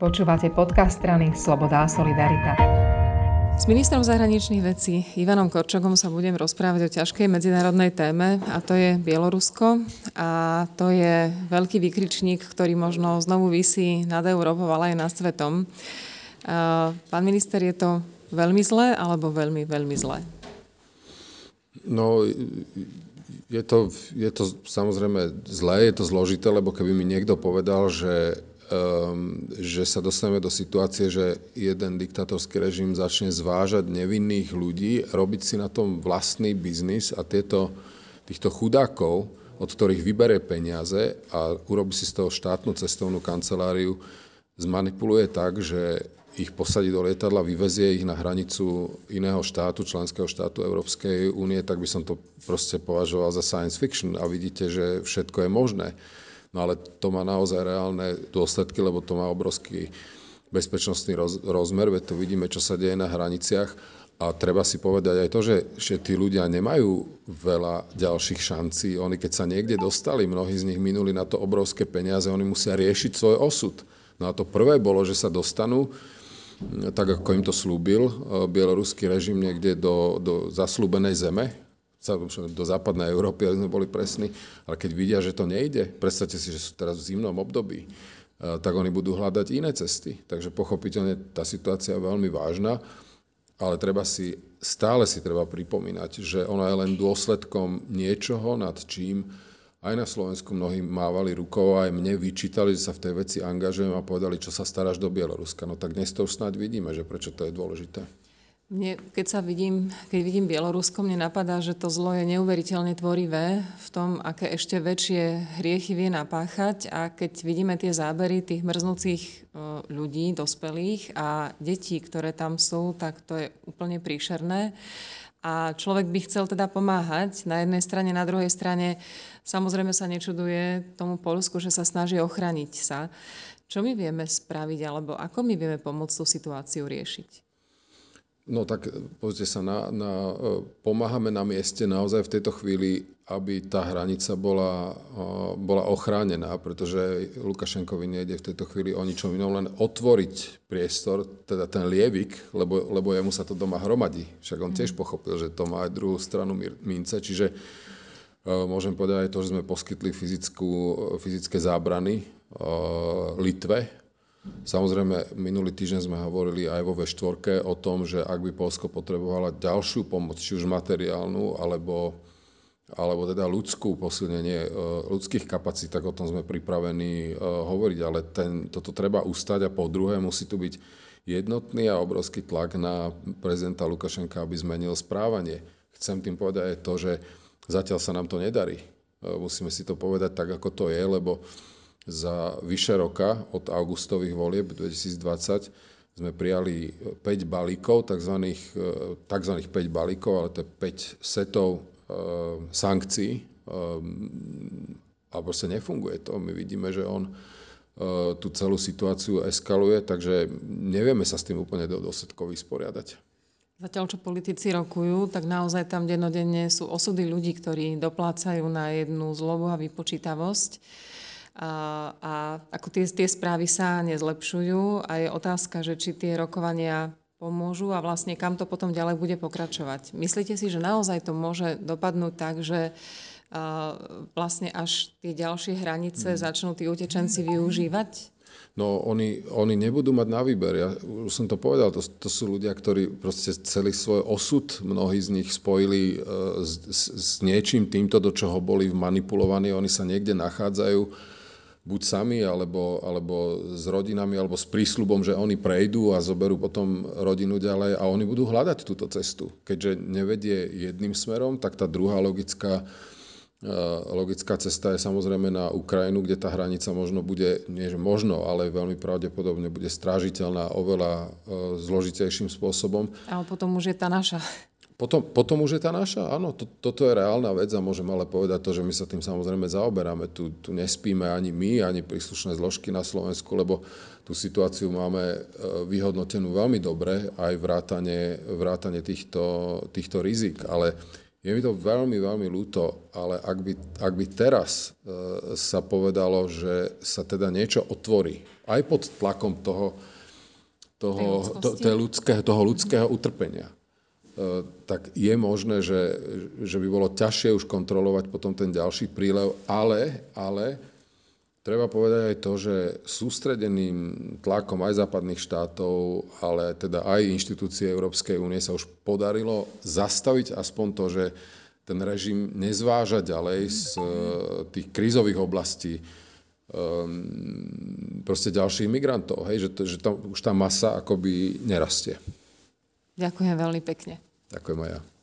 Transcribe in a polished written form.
Počúvate podcast strany Sloboda a Solidarita. S ministrom zahraničných vecí Ivanom Korčokom sa budem rozprávať o ťažkej medzinárodnej téme, a to je Bielorusko. A to je veľký výkričník, ktorý možno znovu visí nad Európou, ale aj nad svetom. Pán minister, je to veľmi zlé alebo veľmi, veľmi zlé? No, je to samozrejme zlé, je to zložité, lebo keby mi niekto povedal, že sa dostaneme do situácie, že jeden diktátorský režim začne zvážať nevinných ľudí, robiť si na tom vlastný biznis a týchto chudákov, od ktorých vybere peniaze a urobí si z toho štátnu cestovnú kanceláriu, zmanipuluje tak, že ich posadí do lietadla, vyvezie ich na hranicu iného štátu, členského štátu Európskej únie, tak by som to proste považoval za science fiction a vidíte, že všetko je možné. No ale to má naozaj reálne dôsledky, lebo to má obrovský bezpečnostný rozmer, veď to vidíme, čo sa deje na hraniciach. A treba si povedať aj to, že tí ľudia nemajú veľa ďalších šancí. Oni keď sa niekde dostali, mnohí z nich minuli na to obrovské peniaze, oni musia riešiť svoj osud. No a to prvé bolo, že sa dostanú, tak ako im to slúbil bieloruský režim, niekde do zasľúbenej zeme, do západnej Európy, aby sme boli presní, ale keď vidia, že to nejde, predstavte si, že sú teraz v zimnom období, tak oni budú hľadať iné cesty. Takže pochopiteľne tá situácia je veľmi vážna, ale stále si treba pripomínať, že ona je len dôsledkom niečoho, nad čím aj na Slovensku mnohí mávali rukou a aj mne vyčítali, že sa v tej veci angažujem a povedali, čo sa staráš do Bieloruska. No tak dnes to už snáď vidíme, že prečo to je dôležité. Keď vidím Bielorusko, mne napadá, že to zlo je neuveriteľne tvorivé v tom, aké ešte väčšie hriechy vie napáchať, a keď vidíme tie zábery tých mrznúcich ľudí, dospelých a detí, ktoré tam sú, tak to je úplne príšerné. A človek by chcel teda pomáhať na jednej strane, na druhej strane samozrejme sa nečuduje tomu Poľsku, že sa snaží ochrániť sa. Čo my vieme spraviť, alebo ako my vieme pomôcť tú situáciu riešiť? No tak pozrite sa, pomáhame na mieste naozaj v tejto chvíli, aby tá hranica bola ochránená, pretože Lukašenkovi nejde v tejto chvíli o ničom inom, len otvoriť priestor, teda ten lievik, lebo jemu sa to doma hromadí. Však on tiež pochopil, že to má aj druhú stranu mince, čiže môžem povedať aj to, že sme poskytli fyzické zábrany Litve. Samozrejme, minulý týždeň sme hovorili aj vo V4 o tom, že ak by Poľsko potrebovalo ďalšiu pomoc, či už materiálnu, alebo teda ľudskú, posilnenie ľudských kapacít, tak o tom sme pripravení hovoriť. Ale toto treba ustať a po druhé musí tu byť jednotný a obrovský tlak na prezidenta Lukašenka, aby zmenil správanie. Chcem tým povedať aj to, že zatiaľ sa nám to nedarí. Musíme si to povedať tak, ako to je, lebo za vyše roka od augustových volieb 2020 sme prijali 5 balíkov, tzv. 5 balíkov, ale to je 5 setov sankcií. A proste nefunguje to. My vidíme, že on tú celú situáciu eskaluje, takže nevieme sa s tým úplne do dôsledkov vysporiadať. Zatiaľ, čo politici rokujú, tak naozaj tam dennodenne sú osudy ľudí, ktorí doplácajú na jednu zlobu a vypočítavosť. A ako tie správy sa nezlepšujú a je otázka, že či tie rokovania pomôžu a vlastne kam to potom ďalej bude pokračovať. Myslíte si, že naozaj to môže dopadnúť tak, že vlastne až tie ďalšie hranice začnú tí utečenci využívať? No oni nebudú mať na výber. Ja už som to povedal, to sú ľudia, ktorí proste celý svoj osud, mnohí z nich spojili s niečím týmto, do čoho boli manipulovaní. Oni sa niekde nachádzajú buď sami, alebo s rodinami, alebo s prísľubom, že oni prejdú a zoberú potom rodinu ďalej a oni budú hľadať túto cestu. Keďže nevedie jedným smerom, tak tá druhá logická cesta je samozrejme na Ukrajinu, kde tá hranica možno bude, nie že možno, ale veľmi pravdepodobne bude strážiteľná oveľa zložitejším spôsobom. Ale potom už je tá naša. Potom už je tá naša, áno, toto je reálna vec a môžem ale povedať to, že my sa tým samozrejme zaoberáme. Tu nespíme ani my, ani príslušné zložky na Slovensku, lebo tú situáciu máme vyhodnotenú veľmi dobre, aj vrátane týchto rizik. Ale Je mi to veľmi, veľmi ľúto, ale ak by teraz sa povedalo, že sa teda niečo otvorí, aj pod tlakom toho ľudského utrpenia, tak je možné, že by bolo ťažšie už kontrolovať potom ten ďalší prílev, ale treba povedať aj to, že sústredeným tlakom aj západných štátov, ale teda aj inštitúcie Európskej únie sa už podarilo zastaviť aspoň to, že ten režim nezváža ďalej z tých krízových oblastí proste ďalších migrantov, hej, že tam už tá masa akoby nerastie. Ďakujem veľmi pekne. Ďakujem aj ja.